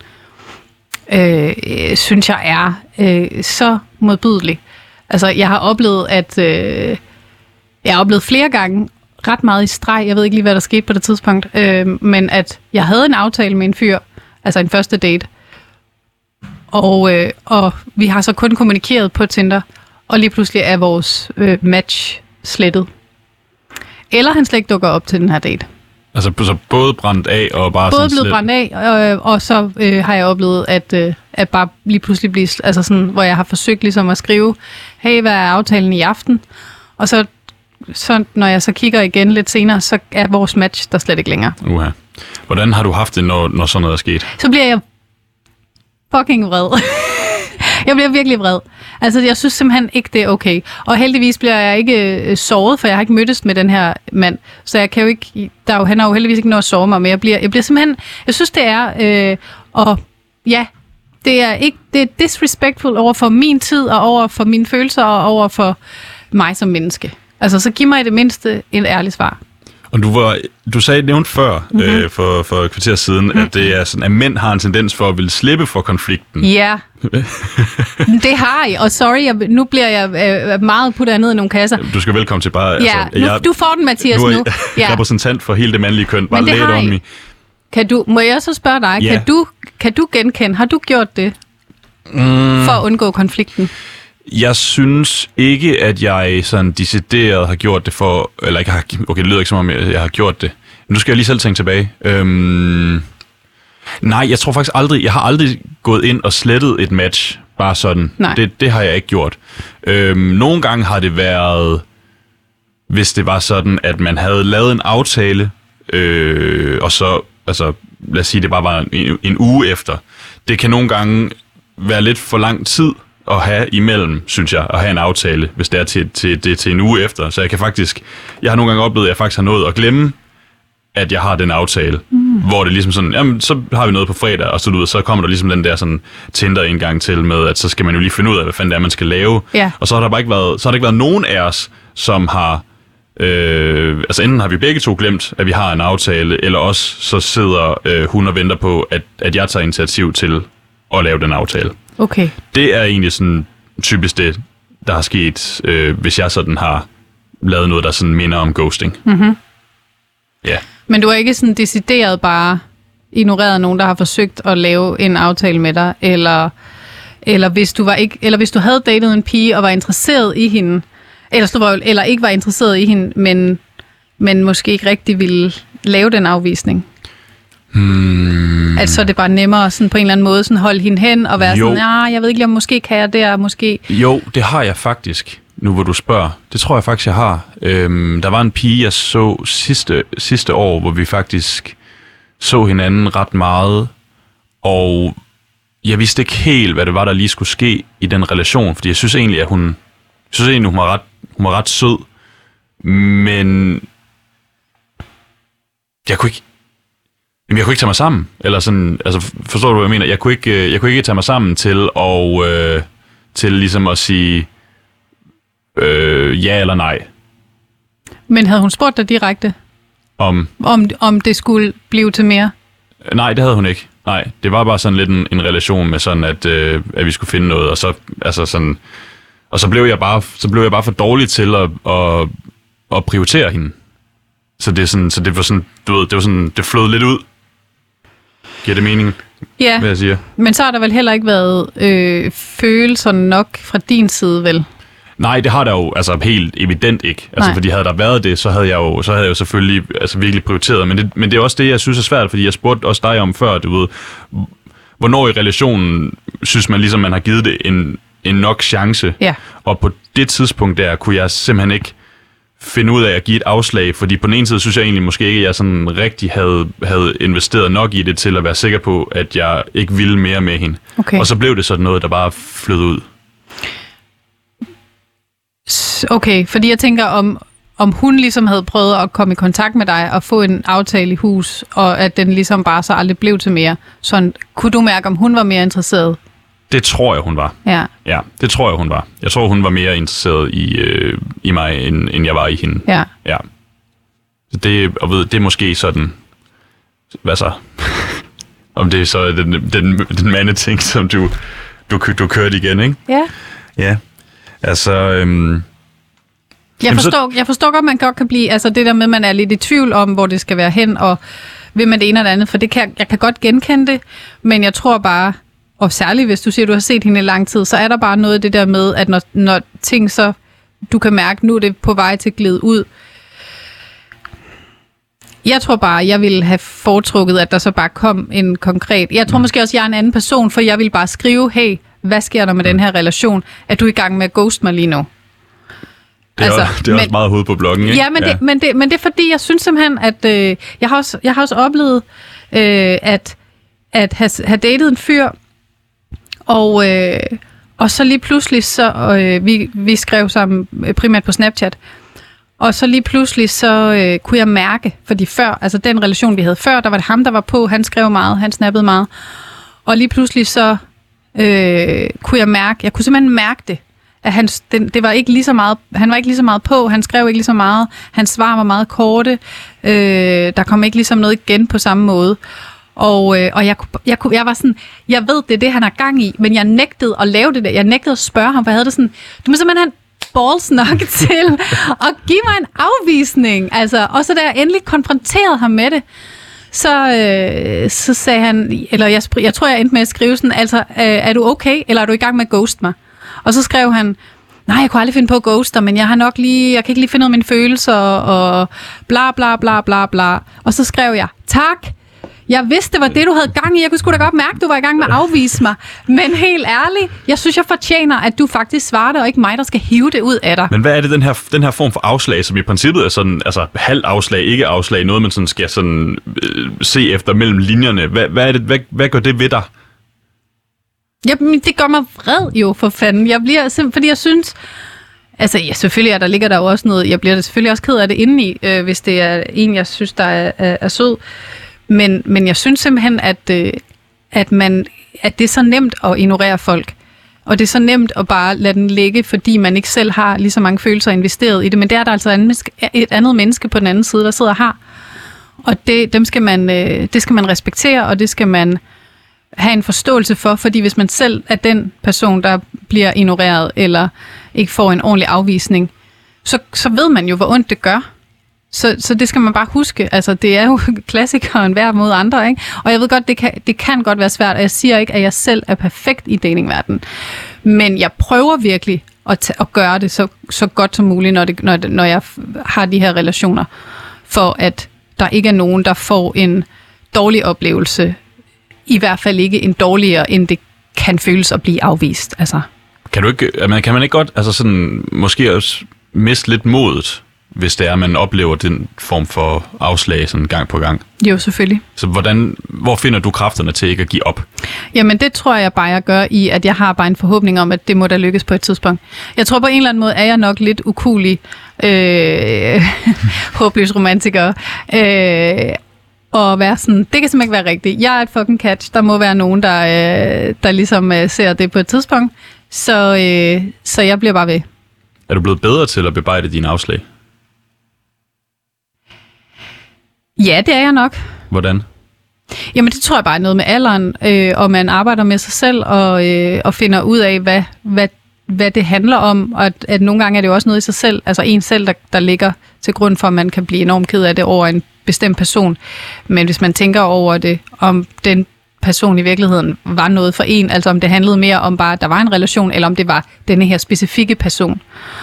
synes jeg er så modbydelig. Altså, jeg har oplevet, flere gange, ret meget i streg, jeg ved ikke lige, hvad der skete på det tidspunkt, men at jeg havde en aftale med en fyr, altså en første date, og vi har så kun kommunikeret på Tinder, og lige pludselig er vores match slettet. Eller han slet ikke dukker op til den her date. Altså så både brændt af og bare både sådan blevet brændt af, og så har jeg oplevet, at bare lige pludselig blive, altså sådan, hvor jeg har forsøgt ligesom at skrive, hey, hvad er aftalen i aften? Og så når jeg så kigger igen lidt senere, så er vores match der slet ikke længere. Hvordan har du haft det, når sådan noget er sket? Så bliver jeg fucking vred. Jeg bliver virkelig vred. Altså, jeg synes simpelthen ikke, det er okay. Og heldigvis bliver jeg ikke såret, for jeg har ikke mødtes med den her mand. Så jeg kan jo ikke... han har jo heldigvis ikke noget at såre mig, men jeg bliver simpelthen... Jeg synes, det er... og ja, det er disrespectful over for min tid, og over for mine følelser, og over for mig som menneske. Altså, så giv mig i det mindste et ærligt svar. Og du nævnte før, for et kvarter siden, at det er sådan, at mænd har en tendens for at ville slippe for konflikten. Ja, det har jeg. Og sorry, nu bliver jeg meget puttet ned i nogle kasser. Du skal velkommen til bare... Ja, altså, du får den, Mathias, nu. Nu er jeg repræsentant for hele det mandlige køn. Bare lay it on me. Må jeg så spørge dig, kan du genkende, har du gjort det for at undgå konflikten? Jeg synes ikke, at jeg sådan decideret har gjort det for... Eller ikke har... Okay, det lyder ikke som om, jeg har gjort det. Nu skal jeg lige selv tænke tilbage. Nej, jeg tror faktisk aldrig... Jeg har aldrig gået ind og slettet et match. Bare sådan. Det har jeg ikke gjort. Nogle gange har det været... Hvis det var sådan, at man havde lavet en aftale, og så... Altså, lad os sige, det bare var en uge efter. Det kan nogle gange være lidt for lang tid at have imellem, synes jeg, at have en aftale, hvis det er til en uge efter. Så jeg har nogle gange oplevet, at jeg faktisk har nået at glemme, at jeg har den aftale, hvor det ligesom sådan, jamen, så har vi noget på fredag, og så kommer der ligesom den der sådan Tinder en gang til med, at så skal man jo lige finde ud af, hvad fanden det er, man skal lave. Ja. Og så har der ikke været nogen af os, som har, altså enten har vi begge to glemt, at vi har en aftale, eller også så sidder hun og venter på, at jeg tager initiativ til at lave den aftale. Okay. Det er egentlig sådan typisk det, der har sket, hvis jeg sådan har lavet noget, der sådan minder om ghosting. Mm-hmm. Ja. Men du har ikke sådan decideret bare ignoreret nogen, der har forsøgt at lave en aftale med dig, eller hvis du havde datet en pige og var interesseret i hende, eller ikke var interesseret i hende, men måske ikke rigtig ville lave den afvisning. Altså, så er det bare nemmere sådan på en eller anden måde sådan holde hende hen og være sådan, jeg ved ikke, om måske kan jeg det, måske... Jo, det har jeg faktisk, nu hvor du spørger. Det tror jeg faktisk, jeg har. Der var en pige, jeg så sidste år, hvor vi faktisk så hinanden ret meget, og jeg vidste ikke helt, hvad det var, der lige skulle ske i den relation, fordi jeg synes egentlig, at hun var ret sød, men jeg kunne ikke tage mig sammen, eller sådan, altså forstår du, hvad jeg mener? Jeg kunne ikke tage mig sammen til ligesom at sige ja eller nej. Men havde hun spurgt dig direkte? Om det skulle blive til mere? Nej, det havde hun ikke. Nej, det var bare sådan lidt en relation med sådan, at vi skulle finde noget, og så, altså sådan, og så blev jeg bare for dårlig til at prioritere hende. Så det var sådan, du ved, det var sådan, det flød lidt ud. Giver det mening, ja, hvad jeg siger? Men så har der vel heller ikke været følelser nok fra din side, vel? Nej, det har der jo altså helt evident ikke. Altså, fordi havde der været det, så havde jeg jo selvfølgelig altså virkelig prioriteret. Men det er også det, jeg synes er svært, fordi jeg spurgte også dig om før, du ved, hvornår i relationen synes man ligesom, man har givet det en nok chance. Ja. Og på det tidspunkt der, kunne jeg simpelthen ikke finde ud af at give et afslag, fordi på den ene side synes jeg egentlig måske ikke, at jeg sådan rigtig havde investeret nok i det til at være sikker på, at jeg ikke ville mere med hende. Okay. Og så blev det sådan noget, der bare flød ud. Okay, fordi jeg tænker, om hun ligesom havde prøvet at komme i kontakt med dig og få en aftale i hus, og at den ligesom bare så aldrig blev til mere. Sådan, kunne du mærke, om hun var mere interesseret? Det tror jeg, hun var. Ja. Ja, det tror jeg, hun var. Jeg tror, hun var mere interesseret i mig, end jeg var i hende. Ja. Ja. Det er måske sådan... Hvad så? Om det er så den mandeting, som du kørte igen, ikke? Ja. Ja. Altså... Jeg forstår godt, man godt kan blive... Altså det der med, at man er lidt i tvivl om, hvor det skal være hen, og vil man det ene eller andet, for jeg kan godt genkende det, men jeg tror bare... og særligt hvis du siger, at du har set hende i lang tid, så er der bare noget af det der med, at når ting så, du kan mærke, nu er det på vej til at glide ud. Jeg tror bare, jeg ville have foretrukket, at der så bare kom en konkret... Jeg tror måske også, jeg er en anden person, for jeg vil bare skrive, hey, hvad sker der med den her relation? Er du i gang med at ghost mig lige nu? Det er også meget hoved på bloggen, ikke? Ja, men det er fordi, jeg synes simpelthen, at jeg har også oplevet at have datet en fyr, og så lige pludselig, så vi skrev sammen primært på Snapchat, og så lige pludselig, så kunne jeg mærke, fordi før, altså den relation, vi havde før, der var det ham, der var på, han skrev meget, han snappede meget, og lige pludselig så kunne jeg kunne simpelthen mærke det, at det var ikke lige så meget, han var ikke lige så meget på, han skrev ikke lige så meget, hans svar var meget korte, der kom ikke ligesom noget igen på samme måde. Og jeg var sådan, jeg ved, det er det, han har gang i, men jeg nægtede at lave det der. Jeg nægtede at spørge ham, for jeg havde det sådan, du må simpelthen have balls nok til at give mig en afvisning. Altså, og så da jeg endelig konfronterede ham med det, så sagde han, eller jeg tror, jeg endte med at skrive sådan, altså, er du okay, eller er du i gang med at ghoste mig? Og så skrev han, nej, jeg kunne aldrig finde på at ghoste, men jeg kan ikke lige finde ud af mine følelser, og bla bla bla bla bla. Og så skrev jeg, tak, jeg vidste, det var det, du havde gang i. Jeg kunne sgu da godt mærke, du var i gang med at afvise mig. Men helt ærligt, jeg synes, jeg fortjener, at du faktisk svarer det, og ikke mig, der skal hive det ud af dig. Men hvad er det, den her form for afslag, som i princippet er sådan, altså halv afslag, ikke afslag, noget man sådan skal sådan, se efter mellem linjerne. Hvad er det, hvad gør det ved dig? Jamen, det gør mig vred jo, for fanden. Jeg bliver simpelthen, fordi jeg synes... Altså, ja, selvfølgelig der ligger der jo også noget... Jeg bliver selvfølgelig også ked af det indeni, hvis det er en, jeg synes, der er sød. Men jeg synes simpelthen, at det er så nemt at ignorere folk. Og det er så nemt at bare lade den ligge, fordi man ikke selv har lige så mange følelser investeret i det. Men det er der altså et andet menneske på den anden side, der sidder og har. Og det skal man respektere, og det skal man have en forståelse for. Fordi hvis man selv er den person, der bliver ignoreret, eller ikke får en ordentlig afvisning, så ved man jo, hvor ondt det gør. Så det skal man bare huske. Altså, det er jo klassikeren hver mod andre, ikke? Og jeg ved godt, det kan godt være svært, og jeg siger ikke, at jeg selv er perfekt i datingverdenen. Men jeg prøver virkelig at gøre det så godt som muligt, når jeg har de her relationer, for at der ikke er nogen, der får en dårlig oplevelse. I hvert fald ikke en dårligere, end det kan føles at blive afvist. Altså. Kan man ikke godt, altså sådan, måske også miste lidt modet, hvis det er, at man oplever den form for afslag sådan gang på gang? Jo, selvfølgelig. Så hvor finder du kræfterne til ikke at give op? Jamen, det tror jeg bare, jeg gør i, at jeg har bare en forhåbning om, at det må da lykkes på et tidspunkt. Jeg tror på en eller anden måde, er jeg nok lidt ukulig, håbløs romantiker, og være sådan, det kan simpelthen ikke være rigtigt. Jeg er et fucking catch. Der må være nogen, der ligesom ser det på et tidspunkt. Så jeg bliver bare ved. Er du blevet bedre til at bebrejde dine afslag? Ja, det er jeg nok. Hvordan? Jamen, det tror jeg bare er noget med alderen, og man arbejder med sig selv, og finder ud af, hvad det handler om, og at nogle gange er det jo også noget i sig selv, altså en selv, der ligger til grund for, at man kan blive enormt ked af det over en bestemt person. Men hvis man tænker over det, om den person i virkeligheden var noget for en, altså om det handlede mere om bare, at der var en relation, eller om det var denne her specifikke person.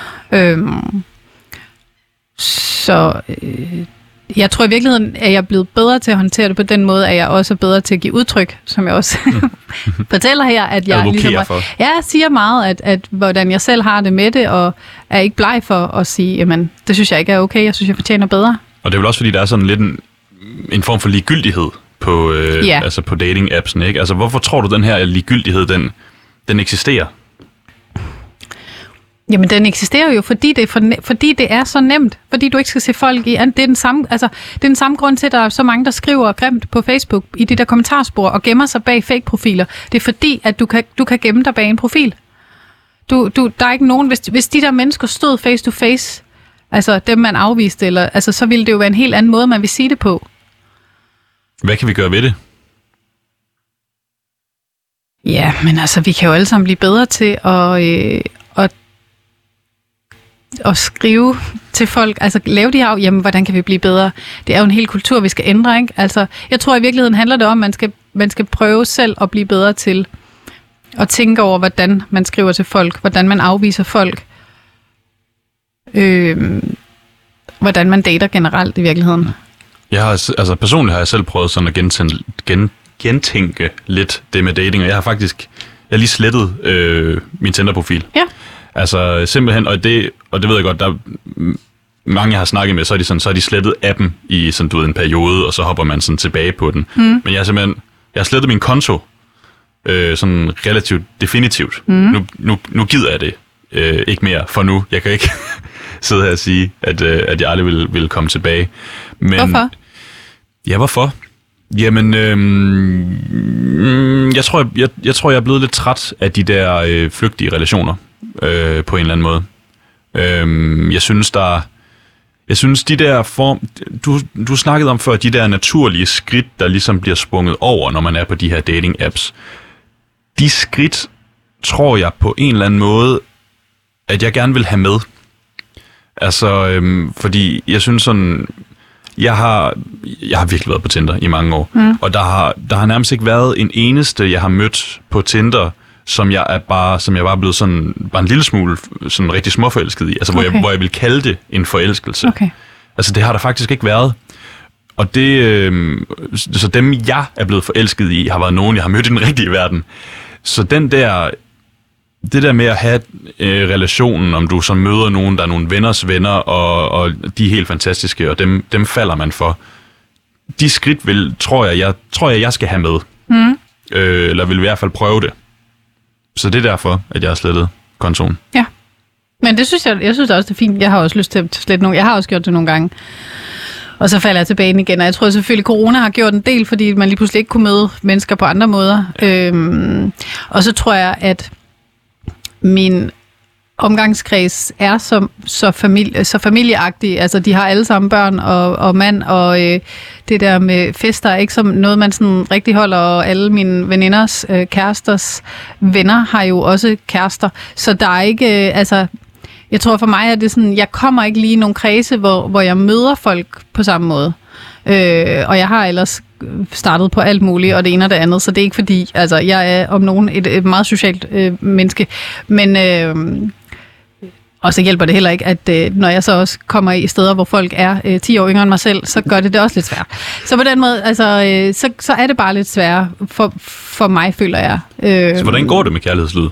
Jeg tror i virkeligheden, at jeg er blevet bedre til at håndtere det på den måde, at jeg også er bedre til at give udtryk, som jeg også fortæller her, at jeg ligesom, siger meget, at hvordan jeg selv har det med det, og er ikke bleg for at sige, jamen, det synes jeg ikke er okay, jeg synes, jeg fortjener bedre. Og det er vel også, fordi der er sådan lidt en form for ligegyldighed på, altså på dating-appsen, ikke? Altså, hvorfor tror du, den her ligegyldighed, den eksisterer? Jamen, den eksisterer jo, fordi det er så nemt. Fordi du ikke skal se folk i. Det er den samme grund til, at der er så mange, der skriver grimt på Facebook i de der kommentarspor og gemmer sig bag fake-profiler. Det er fordi, at du kan gemme dig bag en profil. Der er ikke nogen... Hvis de der mennesker stod face to face, altså dem man afviste, så ville det jo være en helt anden måde, man vil sige det på. Hvad kan vi gøre ved det? Ja, men altså, vi kan jo alle sammen blive bedre til at skrive til folk, altså lave de her, jamen, hvordan kan vi blive bedre? Det er jo en hel kultur, vi skal ændre, ikke? Altså, jeg tror i virkeligheden handler det om, at man skal prøve selv at blive bedre til at tænke over, hvordan man skriver til folk, hvordan man afviser folk, hvordan man dater generelt i virkeligheden. Personligt har jeg selv prøvet sådan at gentænke lidt det med dating, og jeg har lige slettet min Tinder-profil. Ja. Altså simpelthen, og det ved jeg godt, der mange jeg har snakket med, så har de slettet appen i sådan, du ved, en periode, og så hopper man sådan tilbage på den. Men jeg har slettet min konto sådan relativt definitivt. Nu gider jeg det ikke mere for nu. Jeg kan ikke sidde her og sige, at jeg aldrig vil komme tilbage. Men, hvorfor? Ja, hvorfor? Jamen, jeg tror, jeg er blevet lidt træt af de der flygtige relationer på en eller anden måde. Jeg synes, de der du snakkede om før, de der naturlige skridt, der ligesom bliver sprunget over, når man er på de her dating-apps. De skridt, tror jeg på en eller anden måde, at jeg gerne vil have med. Altså, fordi jeg synes sådan, jeg har virkelig været på Tinder i mange år, og der har nærmest ikke været en eneste, jeg har mødt på Tinder, som jeg bare er blevet sådan bare en lille smule sådan rigtig småforelsket i, altså hvor jeg vil kalde det en forelskelse. Okay. Altså det har der faktisk ikke været. Og det så dem jeg er blevet forelsket i har været nogen jeg har mødt i den rigtige verden. Så det der med at have relationen, om du så møder nogen, der er nogle venners venner, og de er helt fantastiske, og dem falder man for. De skridt tror jeg skal have med. Eller vil i hvert fald prøve det. Så det er derfor, at jeg har slettet kontoen. Ja, men det synes jeg synes også, det er fint. Jeg har også lyst til at slette nogle. Jeg har også gjort det nogle gange. Og så falder jeg tilbage igen. Og jeg tror selvfølgelig, corona har gjort en del, fordi man lige pludselig ikke kunne møde mennesker på andre måder. Og så tror jeg, at min omgangskreds er så familieagtig. Altså, de har alle sammen børn og mand, og det der med fester er ikke som noget, man sådan rigtig holder, og alle mine veninders kæresters venner har jo også kærester. Så der er ikke, jeg tror for mig, at det sådan, jeg kommer ikke lige i nogle kredse, hvor jeg møder folk på samme måde. Og jeg har ellers startet på alt muligt, og det ene og det andet, så det er ikke fordi, altså jeg er om nogen et meget socialt menneske, men og så hjælper det heller ikke, at når jeg så også kommer i steder, hvor folk er 10 år yngre end mig selv, så gør det også lidt svært. Så på den måde, altså, så er det bare lidt sværere for mig, føler jeg. Så hvordan går det med kærlighedslyd?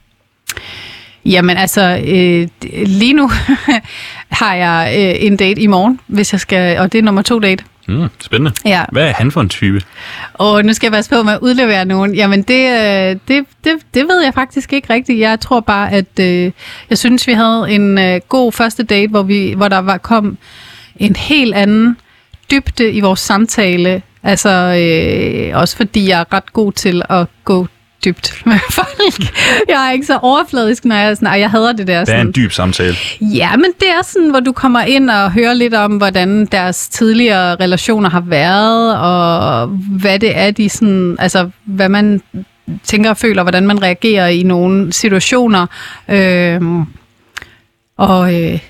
Jamen altså, lige nu har jeg en date i morgen, hvis jeg skal, og det er nummer 2 date. Spændende. Ja. Hvad er han for en type? Nu skal jeg passe på med at udlevere nogen. Jamen det ved jeg faktisk ikke rigtigt. Jeg tror bare, at jeg synes, vi havde en god første date, hvor der kom en helt anden dybde i vores samtale. Altså også fordi jeg er ret god til at gå dybt med folk. Jeg er ikke så overfladisk, når jeg hader det der. Sådan. Det er en dyb samtale. Ja, men det er sådan, hvor du kommer ind og hører lidt om, hvordan deres tidligere relationer har været, og hvad det er, de sådan, altså hvad man tænker og føler, hvordan man reagerer i nogle situationer. Og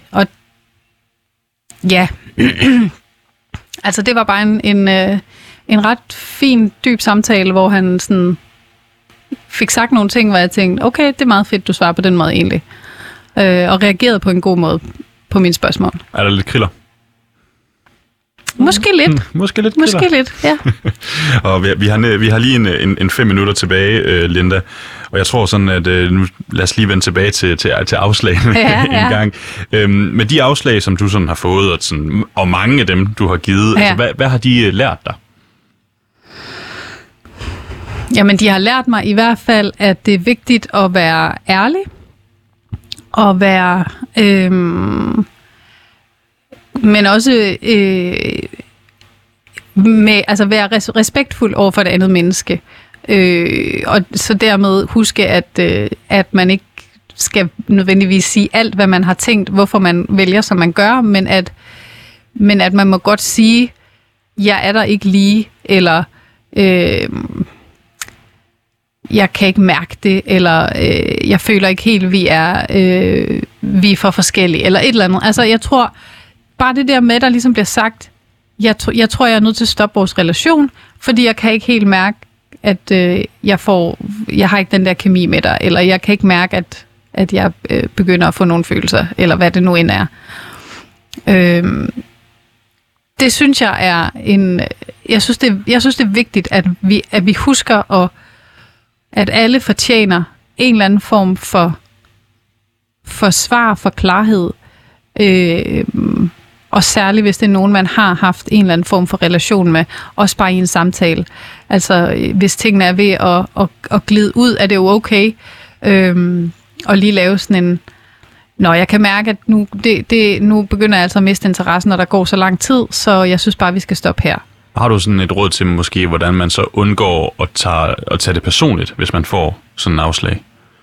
ja, altså det var bare en ret fin, dyb samtale, hvor han sådan fik sagt nogle ting, hvor jeg tænkte, okay, det er meget fedt, du svarer på den måde egentlig. Og reagerede på en god måde på mine spørgsmål. Er der lidt kriller? Måske lidt. Måske lidt, ja. Og vi har lige en 5 minutter tilbage, Linda. Og jeg tror sådan, at nu lad os lige vende tilbage til afslagene en gang. Med de afslag, som du sådan har fået, og mange af dem, du har givet, altså, hvad har de lært dig? Jamen, de har lært mig i hvert fald, at det er vigtigt at være ærlig, og være, men også være respektfuld over for det andet menneske. Og så dermed huske, at man ikke skal nødvendigvis sige alt, hvad man har tænkt, hvorfor man vælger, som man gør, men at man må godt sige, jeg er der ikke lige, eller jeg kan ikke mærke det, eller jeg føler ikke helt, vi er for forskellige, eller et eller andet. Altså, jeg tror, bare det der med, der ligesom bliver sagt, jeg tror, jeg er nødt til at stoppe vores relation, fordi jeg kan ikke helt mærke, at jeg får jeg har ikke den der kemi med dig, eller jeg kan ikke mærke, at jeg begynder at få nogle følelser, eller hvad det nu end er. Det synes jeg er jeg synes det er vigtigt, at vi husker, at alle fortjener en eller anden form for svar, for klarhed, og særligt hvis det er nogen, man har haft en eller anden form for relation med, også bare i en samtale. Altså, hvis tingene er ved at glide ud, er det jo okay at lige lave sådan en... Nå, jeg kan mærke, at nu begynder jeg altså at miste interessen, når der går så lang tid, så jeg synes bare, vi skal stoppe her. Har du sådan et råd til måske, hvordan man så undgår at tage det personligt, hvis man får sådan en afslag?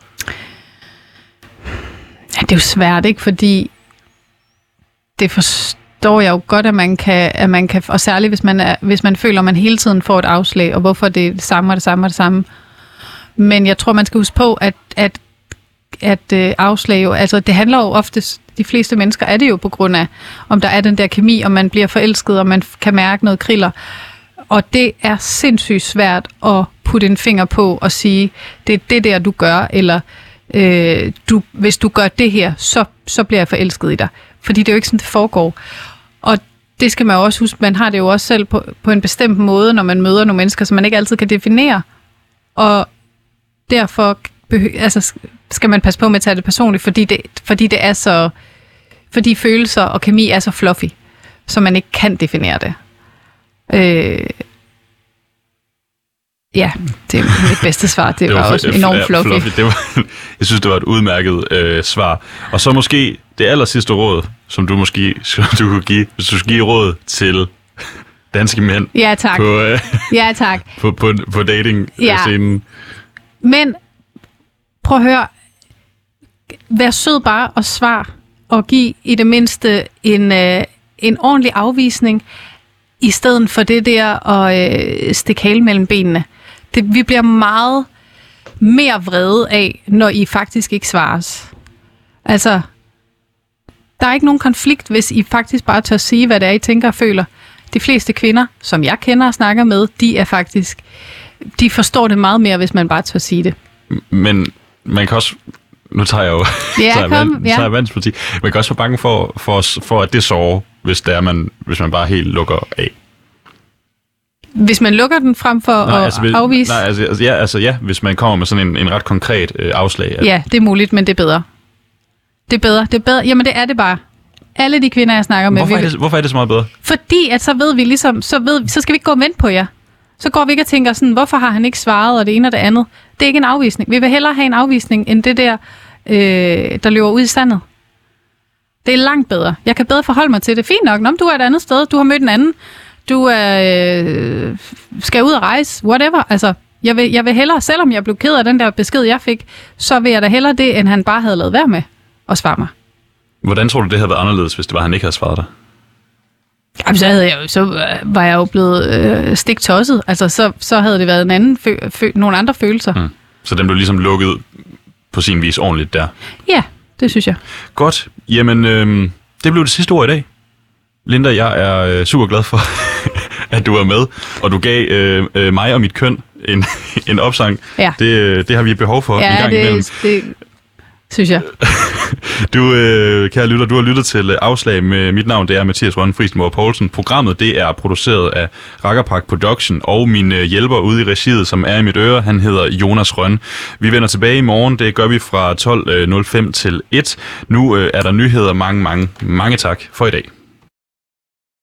Ja, det er jo svært, ikke? Fordi det forstår jeg jo godt, at man kan, og særligt hvis man føler, at man hele tiden får et afslag, og hvorfor det er det samme og det samme og det samme. Men jeg tror, man skal huske på, at afslag jo, altså det handler jo oftest, de fleste mennesker er det jo på grund af, om der er den der kemi, om man bliver forelsket, og man kan mærke noget kriller. Og det er sindssygt svært at putte en finger på og sige, det er det der, du gør, eller hvis du gør det her, så bliver jeg forelsket i dig. Fordi det er jo ikke sådan, det foregår. Og det skal man jo også huske, man har det jo også selv på en bestemt måde, når man møder nogle mennesker, som man ikke altid kan definere. Og derfor skal man passe på med at tage det personligt, fordi det er så, fordi følelser og kemi er så fluffy, så man ikke kan definere det. Ja, det er mit bedste svar. Det var også enormt fluffy. Jeg synes, det var et udmærket svar. Og så måske det aller sidste råd, som du kunne give, hvis du skulle give råd til danske mænd. Ja, tak. Ja, tak. på dating-scenen. Ja. Men prøv at høre. Vær sød bare og svar, og giv i det mindste en ordentlig afvisning, i stedet for det der at stikke hale mellem benene. Vi bliver meget mere vrede af, når I faktisk ikke svares. Altså, der er ikke nogen konflikt, hvis I faktisk bare tør sige, hvad det er, I tænker og føler. De fleste kvinder, som jeg kender og snakker med, de forstår det meget mere, hvis man bare tør sige det. Men man kan også... Nu tager jeg jo vandsparti. Man kan også være bange for at det sover, hvis man bare helt lukker af. Hvis man lukker den frem for at afvise? Hvis man kommer med sådan en ret konkret afslag. Ja, det er muligt, men det er bedre. Det er bedre. Jamen, det er det bare. Alle de kvinder, jeg snakker med... Hvorfor er det så meget bedre? Fordi, at så ved vi ligesom... Så skal vi ikke gå og vente på jer. Så går vi ikke og tænker sådan, hvorfor har han ikke svaret, og det ene og det andet. Det er ikke en afvisning. Vi vil hellere have en afvisning, end det der, der løber ud i sandet. Det er langt bedre. Jeg kan bedre forholde mig til det. Fint nok. Nå, du er et andet sted. Du har mødt en anden. Du skal ud og rejse. Whatever. Altså, jeg vil hellere, selvom jeg blev ked af den der besked, jeg fik, så vil jeg da hellere det, end han bare havde lavet være med at svare mig. Hvordan tror du, det havde været anderledes, hvis det var, han ikke havde svaret dig? Jamen, så var jeg jo blevet stiktosset. Altså, så havde det været en anden nogle andre følelser. Mm. Så den blev ligesom lukket på sin vis ordentligt der? Ja, det synes jeg. Godt. Jamen, det blev det sidste ord i dag. Linda, jeg er super glad for, at du er med, og du gav mig og mit køn en opsang. Ja. Det har vi behov for en gang imellem. Det synes jeg. Du, kære lytter, du har lyttet til Afslag med mit navn, det er Mathias Rønne Fristenborg Poulsen. Programmet, det er produceret af Rakkerpark Production, og min hjælper ude i regiet, som er i mit øre, han hedder Jonas Rønne. Vi vender tilbage i morgen, det gør vi fra 12.05 til 1. Nu er der nyheder. Mange tak for i dag.